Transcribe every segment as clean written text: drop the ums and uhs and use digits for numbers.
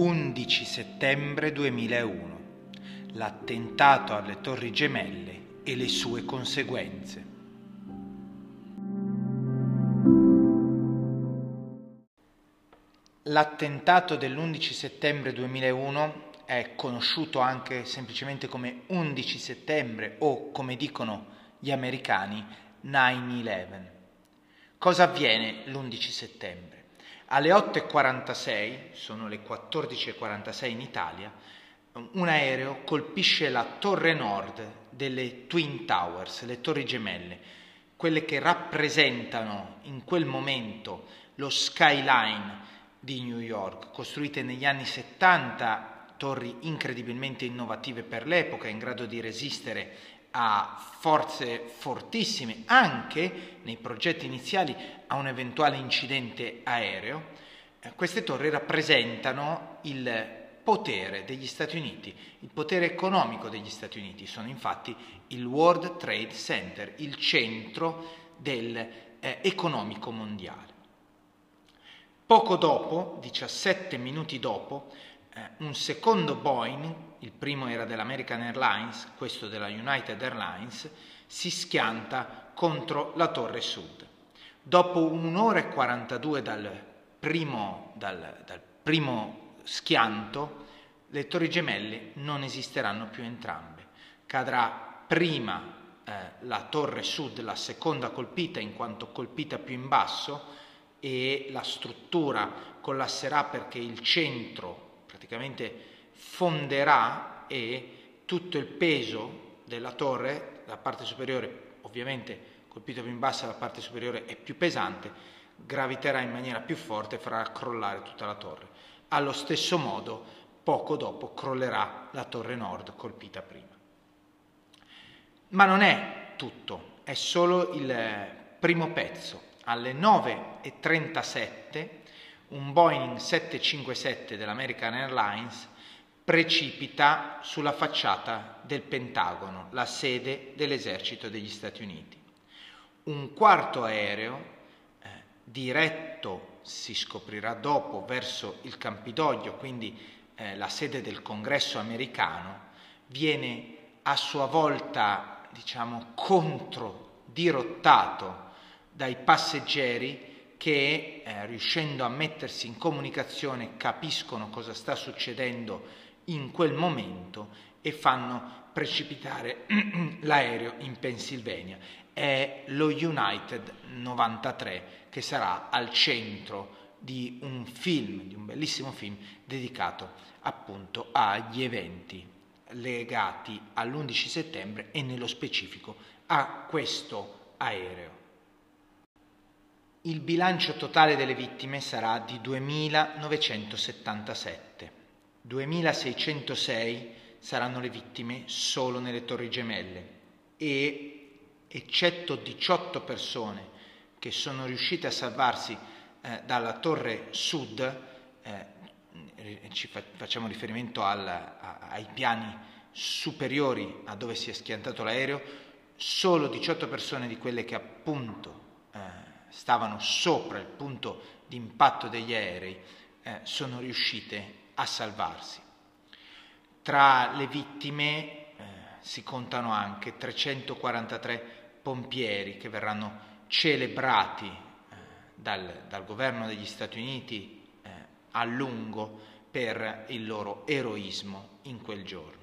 11 settembre 2001. L'attentato alle Torri Gemelle e le sue conseguenze. L'attentato dell'11 settembre 2001 è conosciuto anche semplicemente come 11 settembre o, come dicono gli americani, 9/11. Cosa avviene l'11 settembre? Alle 8:46, sono le 14:46 in Italia, un aereo colpisce la torre nord delle Twin Towers, le Torri Gemelle, quelle che rappresentano in quel momento lo skyline di New York, costruite negli anni 70, torri incredibilmente innovative per l'epoca, in grado di resistere a forze fortissime, anche nei progetti iniziali a un eventuale incidente aereo. Queste torri rappresentano il potere degli Stati Uniti, il potere economico degli Stati Uniti. Sono infatti il World Trade Center, il centro economico mondiale. Poco dopo, 17 minuti dopo, un secondo Boeing, il primo era dell'American Airlines, questo della United Airlines, si schianta contro la torre sud. Dopo 1 ora e 42 dal primo schianto, le Torri Gemelle non esisteranno più entrambe. Cadrà prima la torre sud, la seconda colpita, in quanto colpita più in basso, e la struttura collasserà perché il centro praticamente fonderà e tutto il peso della torre, la parte superiore ovviamente colpita più in basso, la parte superiore è più pesante, graviterà in maniera più forte e farà crollare tutta la torre. Allo stesso modo, poco dopo crollerà la torre nord colpita prima. Ma non è tutto, è solo il primo pezzo. Alle 9:37 un Boeing 757 dell'American Airlines precipita sulla facciata del Pentagono, la sede dell'esercito degli Stati Uniti. Un quarto aereo, diretto, si scoprirà dopo, verso il Campidoglio, quindi la sede del Congresso americano, viene a sua volta, dirottato dai passeggeri che, riuscendo a mettersi in comunicazione, capiscono cosa sta succedendo in quel momento e fanno precipitare l'aereo in Pennsylvania. È lo United 93 che sarà al centro di un film, di un bellissimo film dedicato appunto agli eventi legati all'11 settembre e nello specifico a questo aereo. Il bilancio totale delle vittime sarà di 2.977. 2.606 saranno le vittime solo nelle Torri Gemelle e, eccetto 18 persone che sono riuscite a salvarsi dalla torre sud, facciamo riferimento ai piani superiori a dove si è schiantato l'aereo, solo 18 persone di quelle che appunto stavano sopra il punto di impatto degli aerei sono riuscite a salvarsi. Tra le vittime si contano anche 343 pompieri che verranno celebrati dal governo degli Stati Uniti a lungo per il loro eroismo in quel giorno.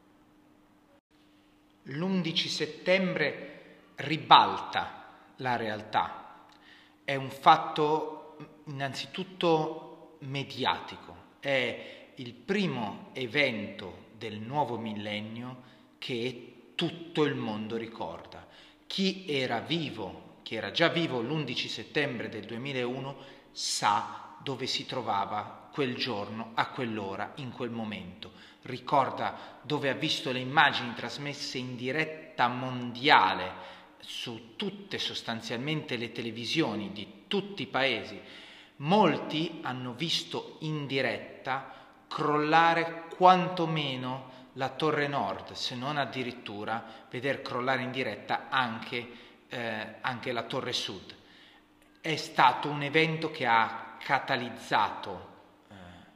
L'11 settembre ribalta la realtà. È un fatto innanzitutto mediatico, è il primo evento del nuovo millennio che tutto il mondo ricorda. Chi era già vivo l'11 settembre del 2001 sa dove si trovava quel giorno, a quell'ora, in quel momento. Ricorda dove ha visto le immagini trasmesse in diretta mondiale su tutte sostanzialmente le televisioni di tutti i paesi. Molti hanno visto in diretta crollare quantomeno la torre nord, se non addirittura veder crollare in diretta anche la torre sud. È stato un evento che ha catalizzato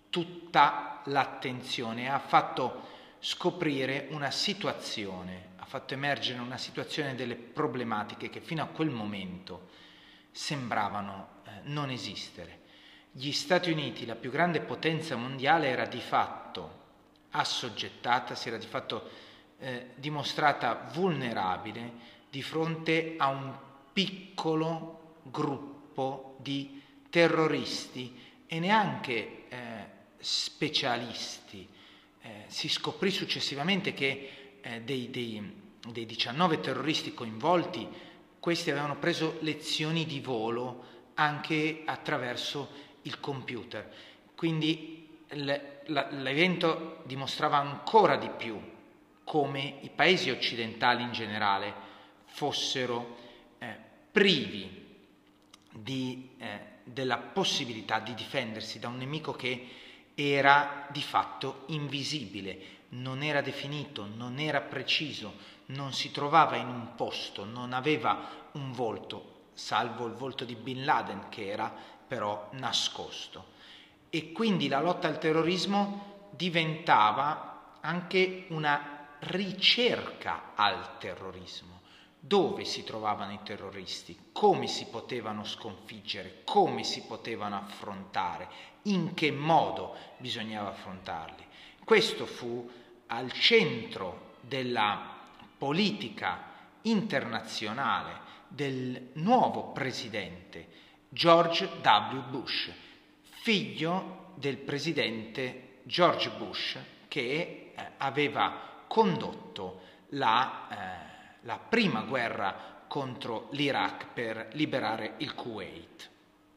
tutta l'attenzione, ha fatto scoprire una situazione, ha fatto emergere una situazione delle problematiche che fino a quel momento sembravano non esistere. Gli Stati Uniti, la più grande potenza mondiale, era di fatto assoggettata, si era di fatto dimostrata vulnerabile di fronte a un piccolo gruppo di terroristi e neanche specialisti. Si scoprì successivamente che dei 19 terroristi coinvolti, questi avevano preso lezioni di volo anche attraverso il computer. Quindi l'evento dimostrava ancora di più come i paesi occidentali in generale fossero privi della possibilità di difendersi da un nemico che era di fatto invisibile, non era definito, non era preciso, non si trovava in un posto, non aveva un volto, salvo il volto di Bin Laden che era però nascosto. E quindi la lotta al terrorismo diventava anche una ricerca al terrorismo. Dove si trovavano i terroristi? Come si potevano sconfiggere? Come si potevano affrontare? In che modo bisognava affrontarli? Questo fu al centro della politica internazionale del nuovo presidente George W. Bush, figlio del presidente George Bush che aveva condotto la prima guerra contro l'Iraq per liberare il Kuwait.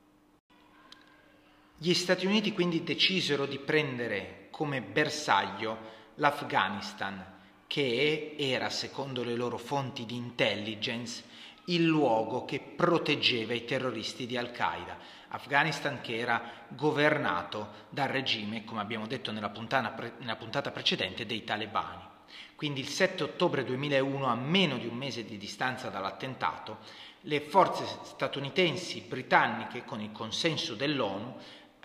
Gli Stati Uniti quindi decisero di prendere come bersaglio l'Afghanistan, che era, secondo le loro fonti di intelligence, il luogo che proteggeva i terroristi di Al-Qaeda. Afghanistan che era governato dal regime, come abbiamo detto nella puntata precedente, dei talebani. Quindi il 7 ottobre 2001, a meno di un mese di distanza dall'attentato, le forze statunitensi britanniche, con il consenso dell'ONU,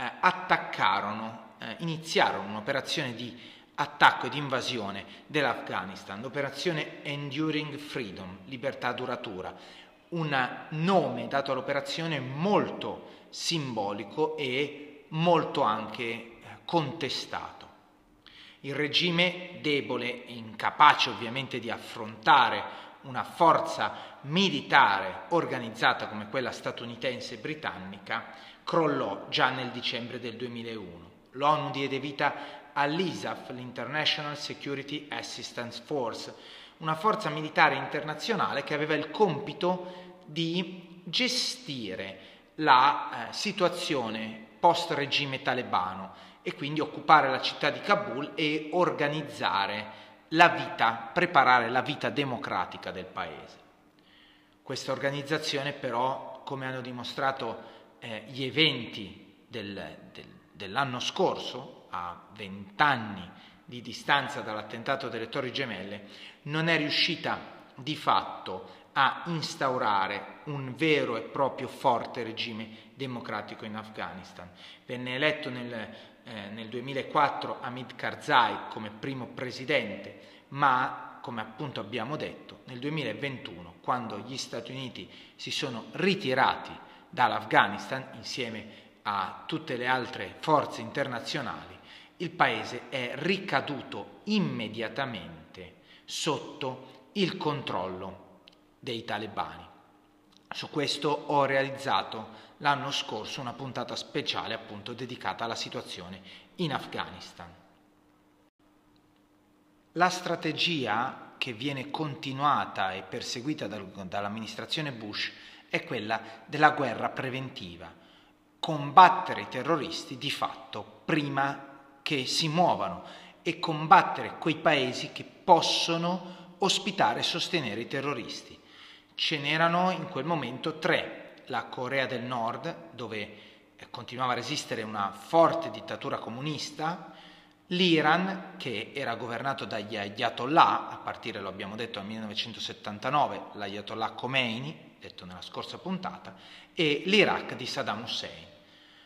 iniziarono un'operazione di attacco e di invasione dell'Afghanistan, l'operazione Enduring Freedom, libertà duratura, un nome dato all'operazione molto simbolico e molto anche contestato. Il regime debole, incapace ovviamente di affrontare una forza militare organizzata come quella statunitense e britannica, crollò già nel dicembre del 2001. L'ONU diede vita all'ISAF, l'International Security Assistance Force, una forza militare internazionale che aveva il compito di gestire la situazione post-regime talebano e quindi occupare la città di Kabul e organizzare la vita, preparare la vita democratica del paese. Questa organizzazione però, come hanno dimostrato gli eventi dell'anno scorso, a 20 anni di distanza dall'attentato delle Torri Gemelle, non è riuscita di fatto a instaurare un vero e proprio forte regime democratico in Afghanistan. Venne eletto nel 2004 Hamid Karzai come primo presidente, ma come appunto abbiamo detto nel 2021, quando gli Stati Uniti si sono ritirati dall'Afghanistan insieme a tutte le altre forze internazionali, il paese è ricaduto immediatamente sotto il controllo dei talebani. Su questo ho realizzato l'anno scorso una puntata speciale appunto dedicata alla situazione in Afghanistan. La strategia che viene continuata e perseguita dall'amministrazione Bush è quella della guerra preventiva, combattere i terroristi di fatto prima che si muovano e combattere quei paesi che possono ospitare e sostenere i terroristi. Ce n'erano in quel momento 3, la Corea del Nord, dove continuava a resistere una forte dittatura comunista, l'Iran, che era governato dagli Ayatollah, a partire, lo abbiamo detto, dal 1979, l'Ayatollah Khomeini, detto nella scorsa puntata, e l'Iraq di Saddam Hussein.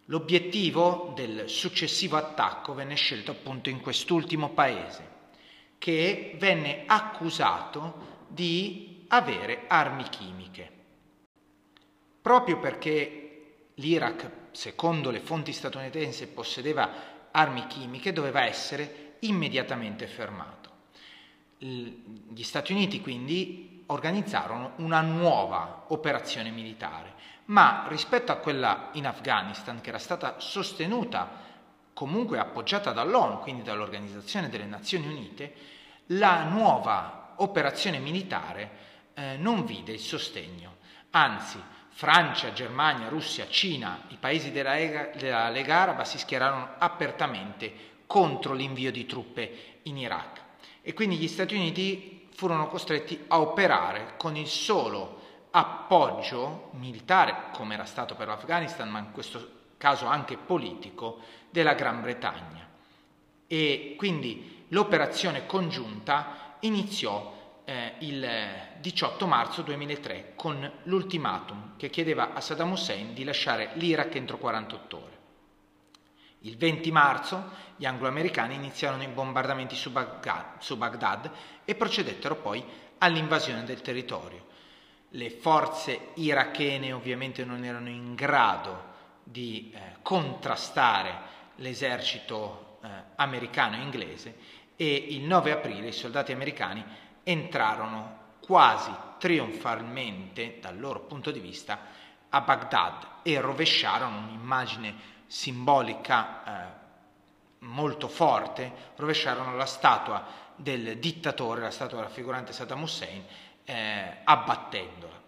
L'obiettivo del successivo attacco venne scelto appunto in quest'ultimo paese, che venne accusato di avere armi chimiche. Proprio perché l'Iraq, secondo le fonti statunitensi, possedeva armi chimiche, doveva essere immediatamente fermato. Gli Stati Uniti quindi organizzarono una nuova operazione militare, ma rispetto a quella in Afghanistan, che era stata sostenuta, comunque appoggiata dall'ONU, quindi dall'Organizzazione delle Nazioni Unite, la nuova operazione militare non vide il sostegno. Anzi, Francia, Germania, Russia, Cina, i paesi della Lega Araba si schierarono apertamente contro l'invio di truppe in Iraq e quindi gli Stati Uniti furono costretti a operare con il solo appoggio militare, come era stato per l'Afghanistan, ma in questo caso anche politico, della Gran Bretagna. E quindi l'operazione congiunta iniziò il 18 marzo 2003 con l'ultimatum che chiedeva a Saddam Hussein di lasciare l'Iraq entro 48 ore. Il 20 marzo gli anglo-americani iniziarono i bombardamenti su Baghdad e procedettero poi all'invasione del territorio. Le forze irachene ovviamente non erano in grado di contrastare l'esercito americano e inglese e il 9 aprile i soldati americani entrarono quasi trionfalmente dal loro punto di vista a Baghdad e rovesciarono un'immagine simbolica molto forte, rovesciarono la statua del dittatore, la statua raffigurante Saddam Hussein, abbattendola.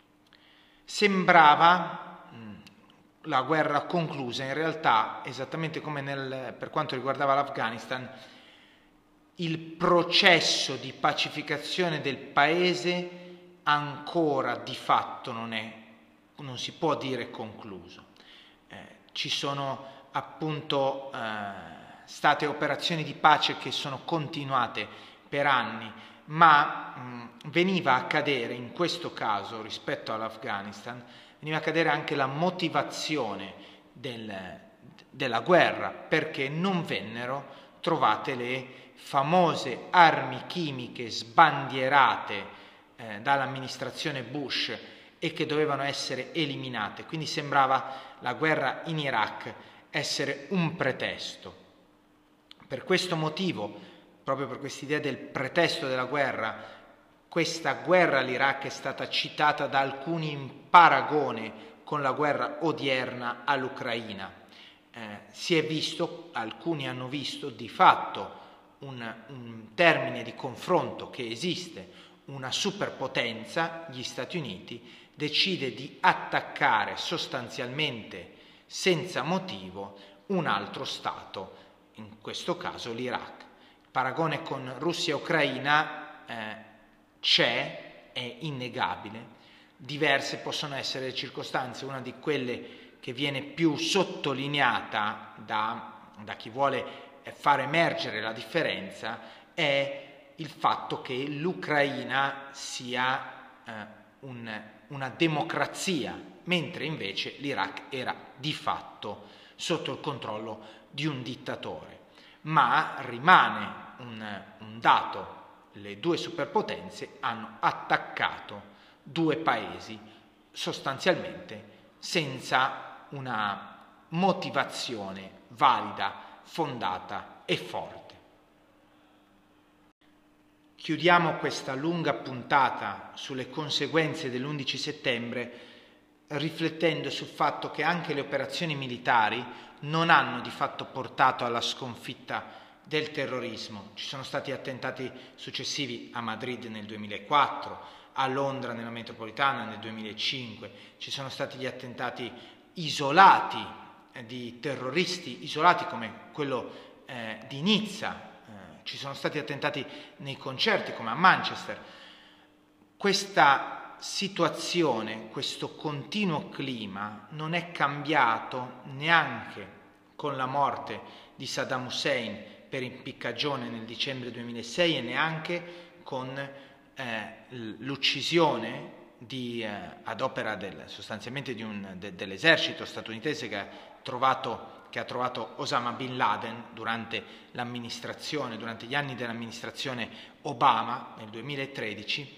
Sembrava la guerra conclusa, in realtà esattamente come per quanto riguardava l'Afghanistan, il processo di pacificazione del paese ancora di fatto non si può dire concluso. Ci sono appunto state operazioni di pace che sono continuate per anni, ma veniva a cadere in questo caso rispetto all'Afghanistan, veniva a cadere anche la motivazione della guerra, perché non vennero trovate le famose armi chimiche sbandierate dall'amministrazione Bush e che dovevano essere eliminate. Quindi sembrava la guerra in Iraq essere un pretesto. Per questo motivo, proprio per quest'idea del pretesto della guerra, questa guerra all'Iraq è stata citata da alcuni in paragone con la guerra odierna all'Ucraina. Si è visto, alcuni hanno visto di fatto un termine di confronto che esiste, una superpotenza, gli Stati Uniti, decide di attaccare sostanzialmente senza motivo un altro Stato, in questo caso l'Iraq. Il paragone con Russia e Ucraina c'è, è innegabile. Diverse possono essere le circostanze, una di quelle che viene più sottolineata da chi vuole far emergere la differenza è il fatto che l'Ucraina sia una democrazia, mentre invece l'Iraq era di fatto sotto il controllo di un dittatore. Ma rimane un dato: le due superpotenze hanno attaccato due paesi sostanzialmente senza una motivazione valida, fondata e forte. Chiudiamo questa lunga puntata sulle conseguenze dell'11 settembre riflettendo sul fatto che anche le operazioni militari non hanno di fatto portato alla sconfitta del terrorismo. Ci sono stati attentati successivi a Madrid nel 2004, a Londra nella metropolitana nel 2005, ci sono stati gli attentati isolati di terroristi isolati come quello di Nizza, ci sono stati attentati nei concerti come a Manchester. Questa situazione, questo continuo clima non è cambiato neanche con la morte di Saddam Hussein per impiccagione nel dicembre 2006 e neanche con l'uccisione ad opera sostanzialmente dell'esercito statunitense che ha trovato Osama Bin Laden durante gli anni dell'amministrazione Obama nel 2013,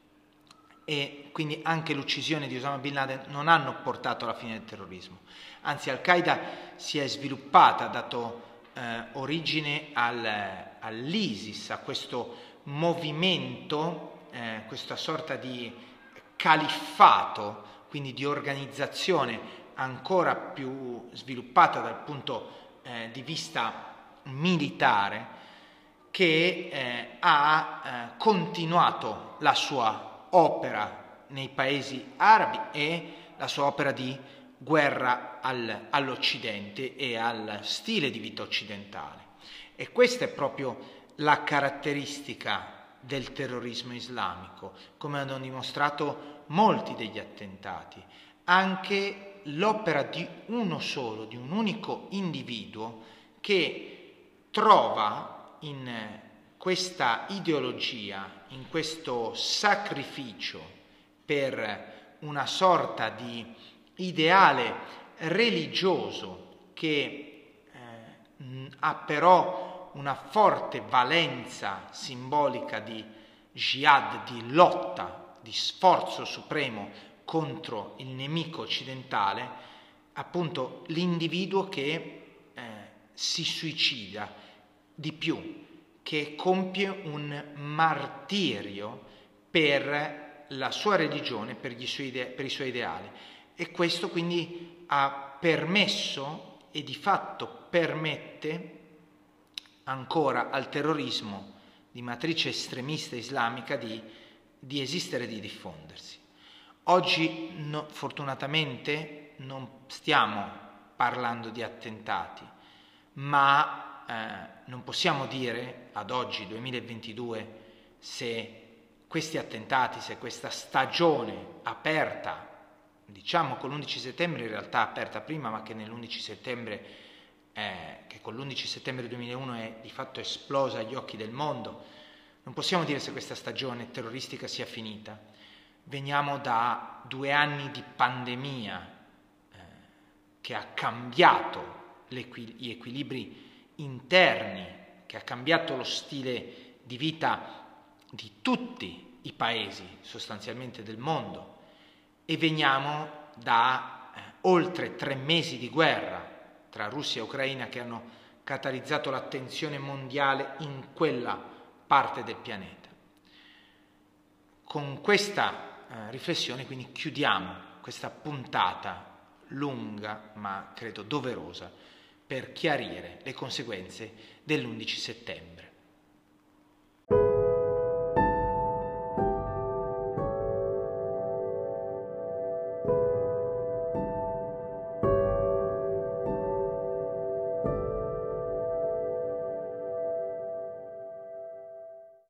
e quindi anche l'uccisione di Osama Bin Laden non hanno portato alla fine del terrorismo. Anzi, Al-Qaeda si è sviluppata, ha dato origine all'ISIS, a questo movimento, questa sorta di califfato, quindi di organizzazione ancora più sviluppata dal punto di vista militare, che ha continuato la sua opera nei paesi arabi e la sua opera di guerra all'Occidente e al stile di vita occidentale. E questa è proprio la caratteristica del terrorismo islamico, come hanno dimostrato molti degli attentati. Anche l'opera di uno solo, di un unico individuo che trova in questa ideologia, in questo sacrificio per una sorta di ideale religioso che ha però una forte valenza simbolica di jihad, di lotta, di sforzo supremo contro il nemico occidentale, appunto l'individuo che si suicida di più, che compie un martirio per la sua religione, per i suoi ideali. E questo quindi ha permesso e di fatto permette ancora al terrorismo di matrice estremista islamica di esistere e di diffondersi. Oggi fortunatamente non stiamo parlando di attentati, ma non possiamo dire ad oggi, 2022, se questi attentati, se questa stagione aperta, diciamo con l'11 settembre, in realtà aperta prima, ma che nell'11 settembre, che con l'11 settembre 2001 è di fatto esplosa agli occhi del mondo, non possiamo dire se questa stagione terroristica sia finita. Veniamo da 2 anni di pandemia che ha cambiato gli equilibri interni, che ha cambiato lo stile di vita di tutti i paesi sostanzialmente del mondo, e veniamo da oltre 3 mesi di guerra tra Russia e Ucraina che hanno catalizzato l'attenzione mondiale in quella parte del pianeta. Con questa riflessione quindi chiudiamo questa puntata lunga ma credo doverosa per chiarire le conseguenze dell'11 settembre.